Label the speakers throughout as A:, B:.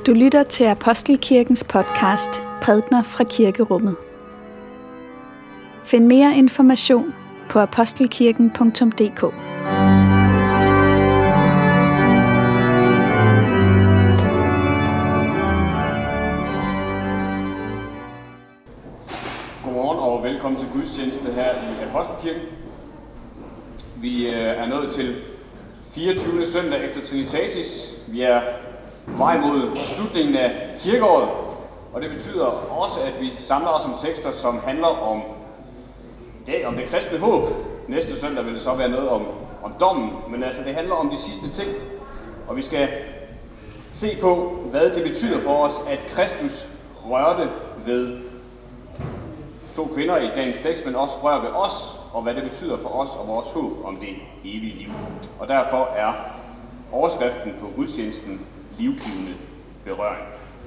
A: Du lytter til Apostelkirkens podcast Prædikener fra Kirkerummet. Find mere information på apostelkirken.dk.
B: Godmorgen og velkommen til gudstjeneste her i Apostelkirken. Vi er nået til 24. søndag efter Trinitatis. Vi er på vej mod slutningen af kirkeåret, og det betyder også, at vi samler os om tekster, som handler om det kristne håb. Næste søndag vil det så være noget om dommen, men altså det handler om de sidste ting, og vi skal se på, hvad det betyder for os, at Kristus rørte ved to kvinder i dagens tekst, men også rører ved os, og hvad det betyder for os og vores håb om det evige liv. Og derfor er overskriften på gudstjenesten livgivende berøring.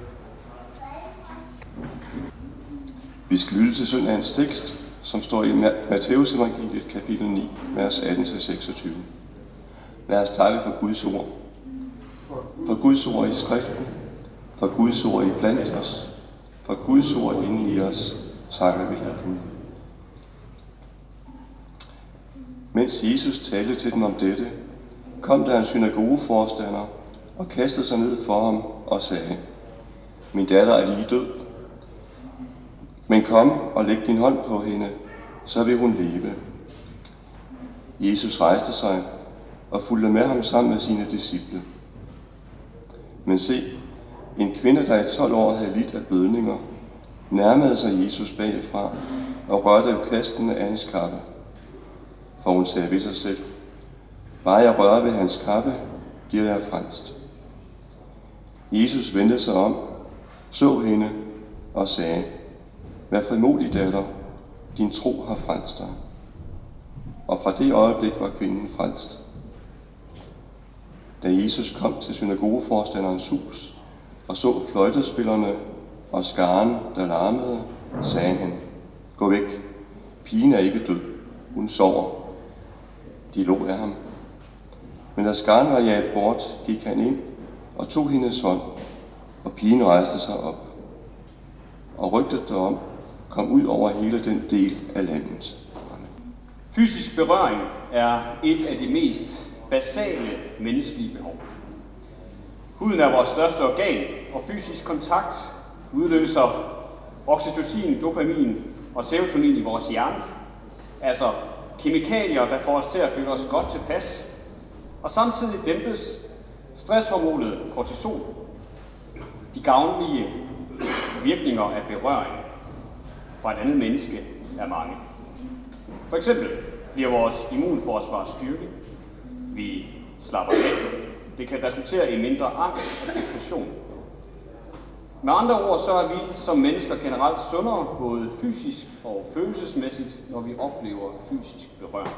C: Vi skal lytte til søndagens tekst, som står i Matteus evangeliet kapitel 9, vers 18-26. Lad os takke for Guds ord. For Guds ord i skriften, for Guds ord i blandt os, for Guds ord inden i os, takker vi dig Gud. Mens Jesus talte til dem om dette, kom der en synagogeforstander og kastede sig ned for ham og sagde: Min datter er lige død, men kom og læg din hånd på hende, så vil hun leve. Jesus rejste sig og fulgte med ham sammen med sine disciple. Men se, en kvinde, der i 12 år havde lidt af blødninger, nærmede sig Jesus bagfra og rørte ved kasken af hans kappe. For hun sagde ved sig selv: Bare jeg rører ved hans kappe, bliver jeg frelst. Jesus vendte sig om, så hende og sagde: Vær frimodig, datter, din tro har frelst dig. Og fra det øjeblik var kvinden frelst. Da Jesus kom til synagogeforstanderens hus og så fløjtespillerne og skaren, der larmede, sagde han: Gå væk, pigen er ikke død, hun sover. De lå af ham. Men da skaren var jaget bort, gik han ind og tog hendes hånd, og pigen rejste sig op. Og rygtet derom kom ud over hele den del af landet. Amen.
B: Fysisk berøring er et af de mest basale menneskelige behov. Huden er vores største organ, og fysisk kontakt udløser oxytocin, dopamin og serotonin i vores hjerne. Altså kemikalier, der får os til at føle os godt tilpas, og samtidig dæmpes stresshormonet kortisol. De gavnlige virkninger af berøring fra et andet menneske er mange. For eksempel bliver vores immunforsvar styrket. Vi slapper af. Det kan resultere i mindre angst og depression. Med andre ord, så er vi som mennesker generelt sundere, både fysisk og følelsesmæssigt, når vi oplever fysisk berøring.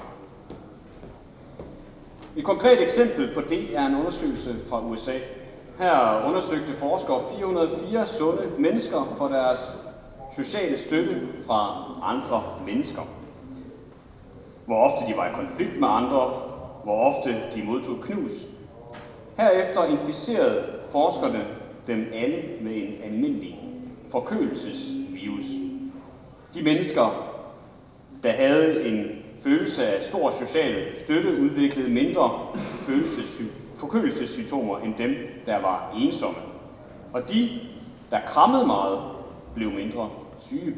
B: Et konkret eksempel på det er en undersøgelse fra USA. Her undersøgte forskere 404 sunde mennesker for deres sociale støtte fra andre mennesker. Hvor ofte de var i konflikt med andre, hvor ofte de modtog knus. Herefter inficerede forskerne dem alle med en almindelig forkølelsesvirus. De mennesker, der havde en følelse af stor social støtte, udviklede mindre forkølelsessymptomer end dem, der var ensomme. Og de, der krammede meget, blev mindre syge.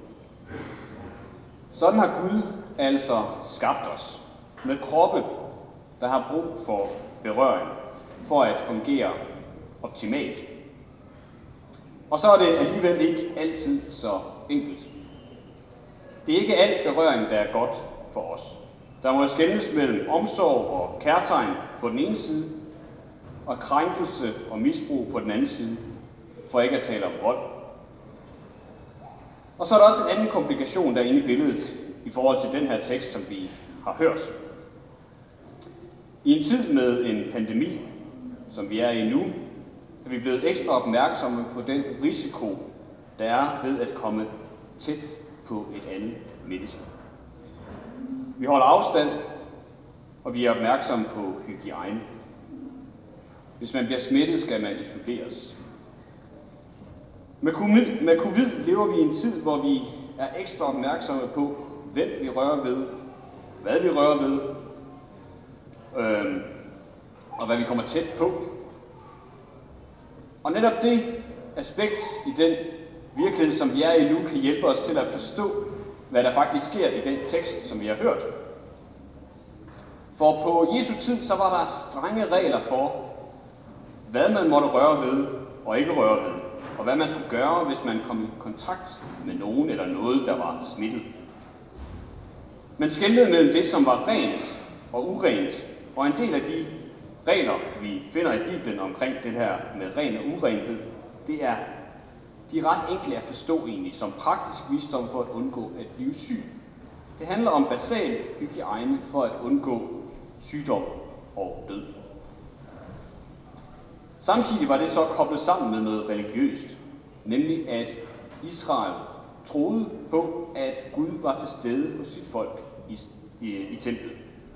B: Sådan har Gud altså skabt os med kroppe, der har brug for berøring, for at fungere optimalt. Og så er det alligevel ikke altid så enkelt. Det er ikke al berøring, der er godt for os. Der må skelnes mellem omsorg og kærtegn på den ene side, og krænkelse og misbrug på den anden side, for ikke at tale om vold. Og så er der også en anden komplikation, der er inde i billedet i forhold til den her tekst, som vi har hørt. I en tid med en pandemi, som vi er i nu, er vi blevet ekstra opmærksomme på den risiko, der er ved at komme tæt på et andet menneske. Vi holder afstand, og vi er opmærksomme på hygiejne. Hvis man bliver smittet, skal man isoleres. Med covid lever vi i en tid, hvor vi er ekstra opmærksomme på, hvem vi rører ved, hvad vi rører ved, og hvad vi kommer tæt på. Og netop det aspekt i den virkelighed, som vi er i nu, kan hjælpe os til at forstå, hvad der faktisk sker i den tekst, som vi har hørt. For på Jesu tid, så var der strenge regler for, hvad man måtte røre ved og ikke røre ved, og hvad man skulle gøre, hvis man kom i kontakt med nogen eller noget, der var smittet. Man skelnede mellem det, som var rent og urent, og en del af de regler, vi finder i Bibelen omkring det her med ren og urenhed, de er ret enkle at forstå egentlig, som praktisk visdom for at undgå at blive syg. Det handler om basal hygiejne for at undgå sygdom og død. Samtidig var det så koblet sammen med noget religiøst, nemlig at Israel troede på, at Gud var til stede hos sit folk i templet.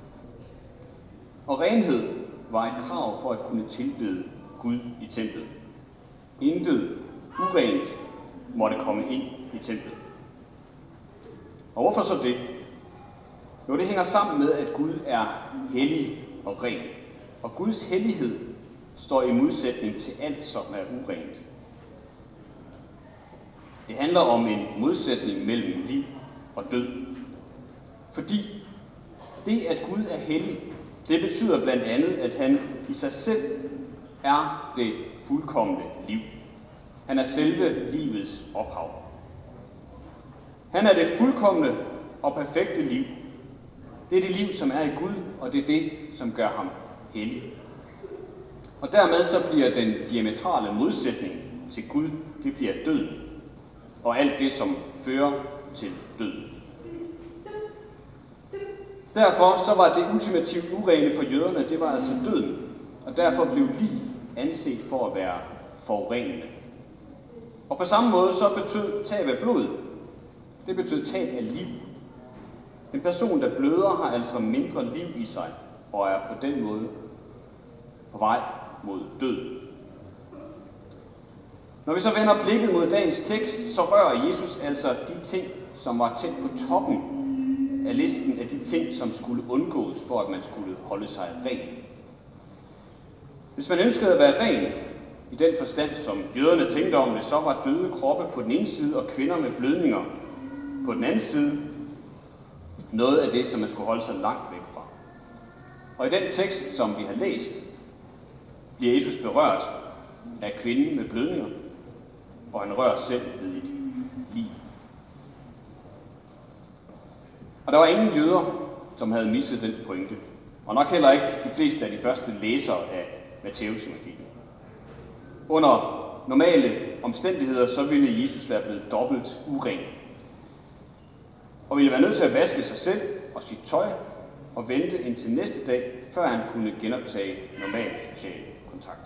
B: Og renhed var et krav for at kunne tilbede Gud i templet. Intet urent måtte komme ind i templet. Og hvorfor så det? Jo, det hænger sammen med, at Gud er hellig og ren. Og Guds hellighed står i modsætning til alt, som er urent. Det handler om en modsætning mellem liv og død. Fordi det, at Gud er hellig, det betyder blandt andet, at han i sig selv er det fuldkomne liv. Han er selve livets ophav. Han er det fuldkomne og perfekte liv. Det er det liv, som er i Gud, og det er det, som gør ham hellig. Og dermed så bliver den diametrale modsætning til Gud, det bliver døden. Og alt det, som fører til døden. Derfor så var det ultimativt urene for jøderne, det var altså døden. Og derfor blev lig anset for at være forurenende. Og på samme måde så betød tab af blod, det betød tab af liv. En person, der bløder, har altså mindre liv i sig, og er på den måde på vej mod død. Når vi så vender blikket mod dagens tekst, så rører Jesus altså de ting, som var tæt på toppen af listen af de ting, som skulle undgås, for at man skulle holde sig ren. Hvis man ønskede at være ren, i den forstand, som jøderne tænkte om det, så var døde kroppe på den ene side og kvinder med blødninger på den anden side noget af det, som man skulle holde sig langt væk fra. Og i den tekst, som vi har læst, bliver Jesus berørt af kvinden med blødninger, og han rører selv ved et lig. Og der var ingen jøder, som havde misset den pointe, og nok heller ikke de fleste af de første læsere af Matteus evangeliet. Under normale omstændigheder, så ville Jesus være blevet dobbelt uren, og ville være nødt til at vaske sig selv og sit tøj og vente indtil næste dag, før han kunne genoptage normal social kontakt.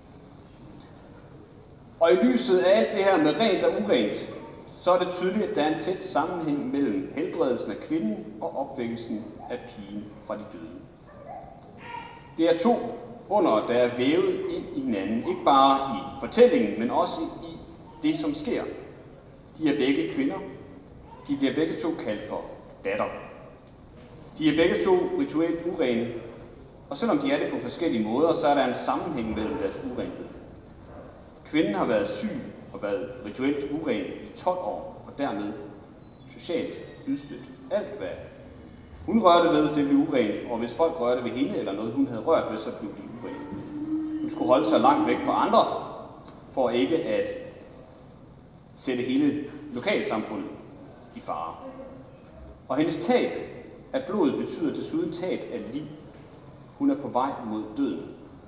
B: Og i lyset af alt det her med rent og urent, så er det tydeligt, at der er en tæt sammenhæng mellem helbredelsen af kvinden og opvækkelsen af pigen fra de døde. Det er to under, der er vævet ind i hinanden, ikke bare i fortællingen, men også i det, som sker. De er begge kvinder. De bliver begge to kaldt for datter. De er begge to rituelt urene, og selvom de er det på forskellige måder, så er der en sammenhæng mellem deres urenhed. Kvinden har været syg og været rituelt uren i 12 år, og dermed socialt udstødt. Alt hvad hun rørte ved, det blev urent, og hvis folk rørte ved hende eller noget, hun havde rørt ved, så blev det urent. Hun skulle holde sig langt væk fra andre, for ikke at sætte hele lokalsamfundet i fare. Og hendes tab af blodet betyder desuden tab af liv. Hun er på vej mod døden.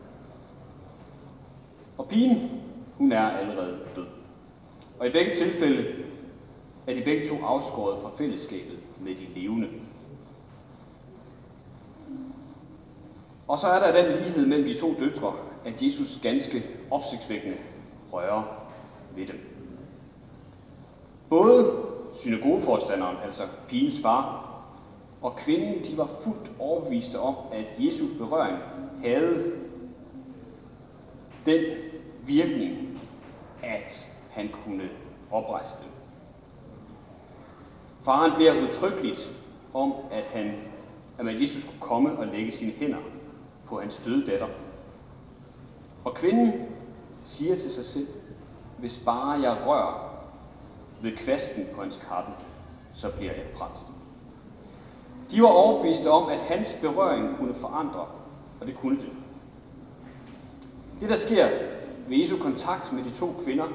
B: Og pigen, hun er allerede død. Og i begge tilfælde er de begge to afskåret fra fællesskabet med de levende. Og så er der den lighed mellem de to døtre, at Jesus ganske opsigtsvækkende rører ved dem. Både synagogeforstanderen, altså pigens far, og kvinden, de var fuldt overbeviste om, at Jesu berøring havde den virkning, at han kunne oprejse dem. Faren beder udtrykkeligt om, at Jesus skulle komme og lægge sine hænder på hans døde datter. Og kvinden siger til sig selv, hvis bare jeg rører ved kvasten på hans kappe, så bliver jeg frelst. De var overbeviste om, at hans berøring kunne forandre, og det kunne det. Det, der sker ved Jesu kontakt med de to kvinder,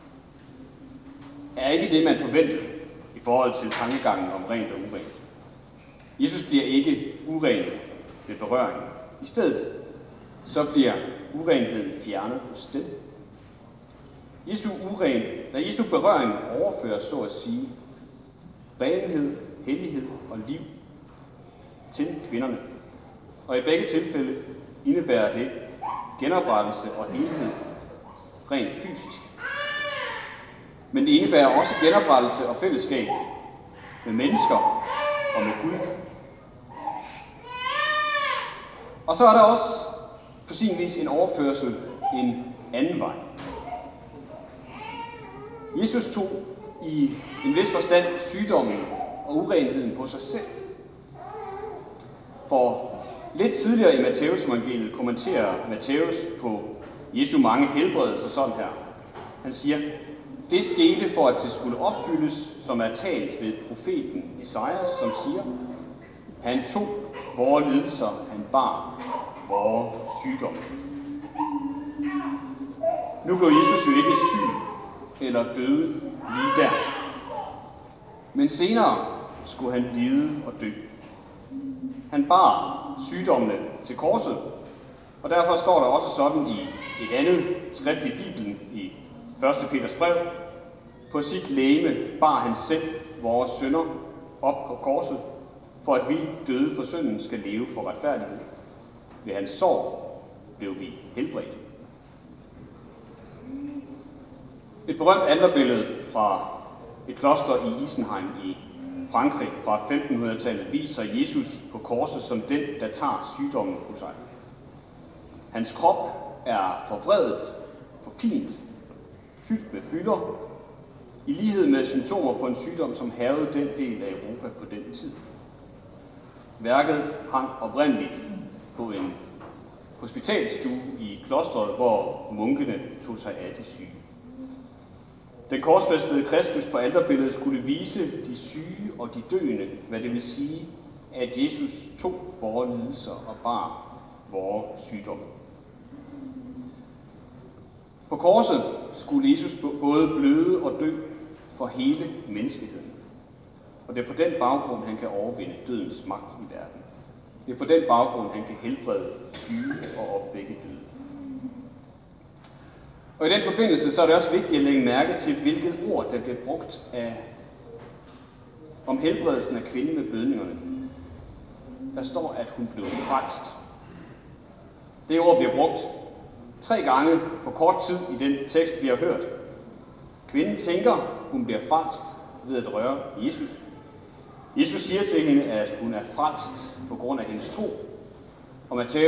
B: er ikke det, man forventede i forhold til tankegangen om rent og urent. Jesus bliver ikke uren ved berøring. I stedet så bliver urenheden fjernet hos dem. Jesu berøring overfører, så at sige, renhed, hellighed og liv til kvinderne. Og i begge tilfælde indebærer det genoprettelse og helhed rent fysisk. Men det indebærer også genoprettelse og fællesskab med mennesker og med Gud. Og så er der også på sin vis en overførsel en anden vej. Jesus tog i en vis forstand sygdommen og urenheden på sig selv. For lidt tidligere i Matthæus-evangeliet kommenterer Matthæus på Jesu mange helbredelser sådan her. Han siger, det skete for, at det skulle opfyldes, som er talt ved profeten Esajas, som siger, han tog vores lidelser, han bar vores sygdom. Nu blev Jesus jo ikke syg eller døde lige der. Men senere skulle han lide og dø. Han bar sygdommene til korset, og derfor står der også sådan i et andet skrift i Bibelen, i 1. Peters brev, på sit legeme bar han selv vores synder op på korset, for at vi døde for synden skal leve for retfærdighed. Ved hans sorg blev vi helbredt. Et berømt alterbillede fra et kloster i Isenheim i Frankrig fra 1500-tallet viser Jesus på korset som den, der tager sygdommen på sig. Hans krop er forvredet, forpint, fyldt med byller, i lighed med symptomer på en sygdom, som hærgede den del af Europa på den tid. Værket hang oprindeligt på en hospitalstue i klostret, hvor munkene tog sig af de syge. Den korsfæstede Kristus på alterbilledet skulle vise de syge og de døende, hvad det vil sige, at Jesus tog vores lidelser og bar vores sygdomme. På korset skulle Jesus både bløde og dø for hele menneskeheden. Og det er på den baggrund, han kan overvinde dødens magt i verden. Det er på den baggrund, han kan helbrede syge og opvække døde. Og i den forbindelse så er det også vigtigt at lægge mærke til, hvilket ord, der bliver brugt om helbredelsen af kvinden med blødningerne. Der står, at hun blev frelst. Det ord bliver brugt 3 gange på kort tid i den tekst, vi har hørt. Kvinden tænker, hun bliver frelst ved at røre Jesus. Jesus siger til hende, at hun er frelst på grund af hendes tro. Og Matthæus